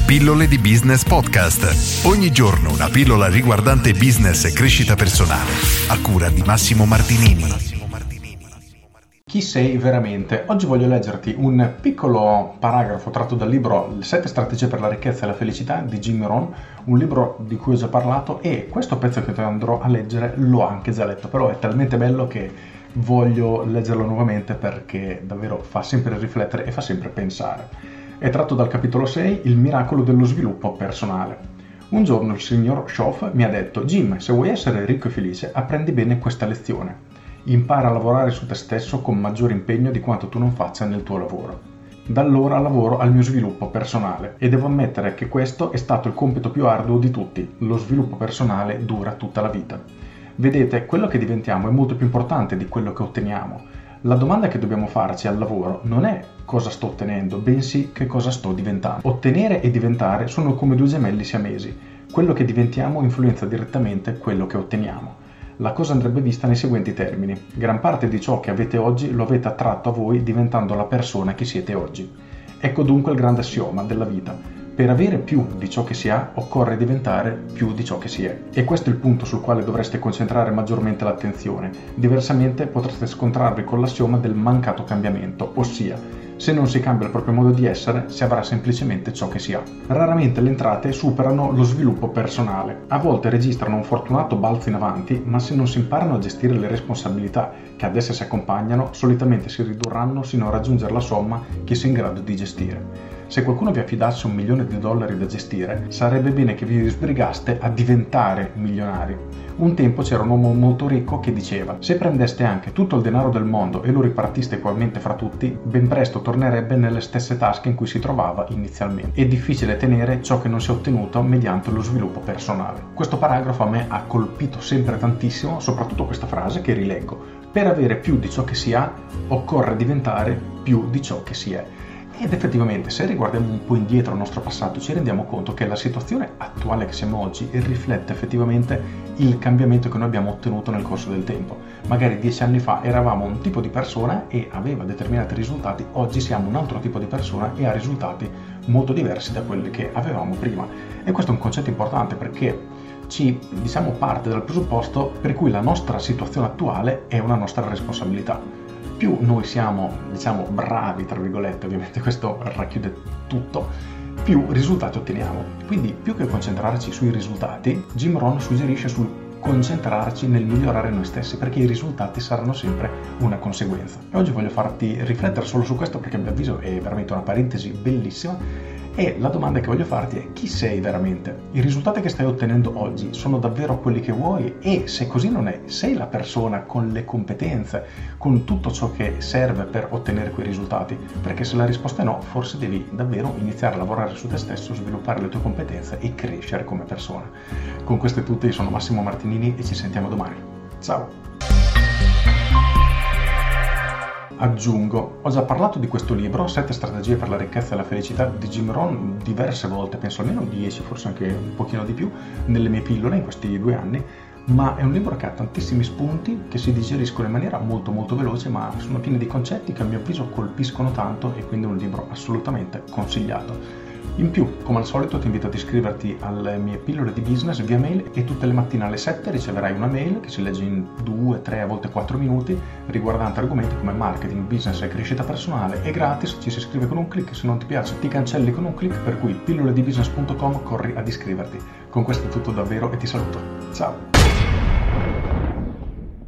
Pillole di Business Podcast. Ogni giorno una pillola riguardante business e crescita personale. A cura di Massimo Martinini. Chi sei veramente? Oggi voglio leggerti un piccolo paragrafo tratto dal libro 7 strategie per la ricchezza e la felicità di Jim Rohn, un libro di cui ho già parlato, e questo pezzo che ti andrò a leggere l'ho anche già letto, però è talmente bello che voglio leggerlo nuovamente perché davvero fa sempre riflettere e fa sempre pensare. È tratto dal capitolo 6, Il miracolo dello sviluppo personale. Un giorno il signor Schoff mi ha detto: Jim, se vuoi essere ricco e felice, apprendi bene questa lezione. Impara a lavorare su te stesso con maggiore impegno di quanto tu non faccia nel tuo lavoro. Da allora lavoro al mio sviluppo personale e devo ammettere che questo è stato il compito più arduo di tutti. Lo sviluppo personale dura tutta la vita. Vedete, quello che diventiamo è molto più importante di quello che otteniamo. La domanda che dobbiamo farci al lavoro non è cosa sto ottenendo, bensì che cosa sto diventando. Ottenere e diventare sono come due gemelli siamesi. Quello che diventiamo influenza direttamente quello che otteniamo. La cosa andrebbe vista nei seguenti termini. Gran parte di ciò che avete oggi lo avete attratto a voi diventando la persona che siete oggi. Ecco dunque il grande assioma della vita. Per avere più di ciò che si ha, occorre diventare più di ciò che si è. E questo è il punto sul quale dovreste concentrare maggiormente l'attenzione. Diversamente potreste scontrarvi con l'assioma del mancato cambiamento, ossia, se non si cambia il proprio modo di essere, si avrà semplicemente ciò che si ha. Raramente le entrate superano lo sviluppo personale. A volte registrano un fortunato balzo in avanti, ma se non si imparano a gestire le responsabilità che ad esse si accompagnano, solitamente si ridurranno sino a raggiungere la somma che si è in grado di gestire. Se qualcuno vi affidasse $1 milione da gestire, sarebbe bene che vi sbrigaste a diventare milionari. Un tempo c'era un uomo molto ricco che diceva: se prendeste anche tutto il denaro del mondo e lo ripartiste equalmente fra tutti, ben presto tornerebbe nelle stesse tasche in cui si trovava inizialmente. È difficile tenere ciò che non si è ottenuto mediante lo sviluppo personale. Questo paragrafo a me ha colpito sempre tantissimo, soprattutto questa frase che rileggo: per avere più di ciò che si ha, occorre diventare più di ciò che si è. Ed effettivamente, se riguardiamo un po' indietro al nostro passato, ci rendiamo conto che la situazione attuale che siamo oggi riflette effettivamente il cambiamento che noi abbiamo ottenuto nel corso del tempo. Magari 10 anni fa eravamo un tipo di persona e aveva determinati risultati, oggi siamo un altro tipo di persona e ha risultati molto diversi da quelli che avevamo prima. E questo è un concetto importante perché parte dal presupposto per cui la nostra situazione attuale è una nostra responsabilità. Più noi siamo, bravi, tra virgolette, ovviamente questo racchiude tutto, più risultati otteniamo. Quindi, più che concentrarci sui risultati, Jim Rohn suggerisce sul concentrarci nel migliorare noi stessi, perché i risultati saranno sempre una conseguenza. E oggi voglio farti riflettere solo su questo perché a mio avviso è veramente una parentesi bellissima. E la domanda che voglio farti è: chi sei veramente? I risultati che stai ottenendo oggi sono davvero quelli che vuoi? E se così non è, sei la persona con le competenze, con tutto ciò che serve per ottenere quei risultati? Perché se la risposta è no, forse devi davvero iniziare a lavorare su te stesso, sviluppare le tue competenze e crescere come persona. Con questo è tutto, io sono Massimo Martinini e ci sentiamo domani. Ciao! Aggiungo, ho già parlato di questo libro, 7 strategie per la ricchezza e la felicità di Jim Rohn, diverse volte, penso almeno 10, forse anche un pochino di più, nelle mie pillole in questi 2 anni, ma è un libro che ha tantissimi spunti, che si digeriscono in maniera molto molto veloce, ma sono pieni di concetti che a mio avviso colpiscono tanto e quindi è un libro assolutamente consigliato. In più, come al solito, ti invito ad iscriverti alle mie pillole di business via mail e tutte le mattine alle 7 riceverai una mail che si legge in 2, 3, a volte 4 minuti riguardante argomenti come marketing, business e crescita personale. È gratis, ci si iscrive con un click, se non ti piace ti cancelli con un click, per cui pilloledibusiness.com, corri ad iscriverti. Con questo è tutto davvero e ti saluto. Ciao!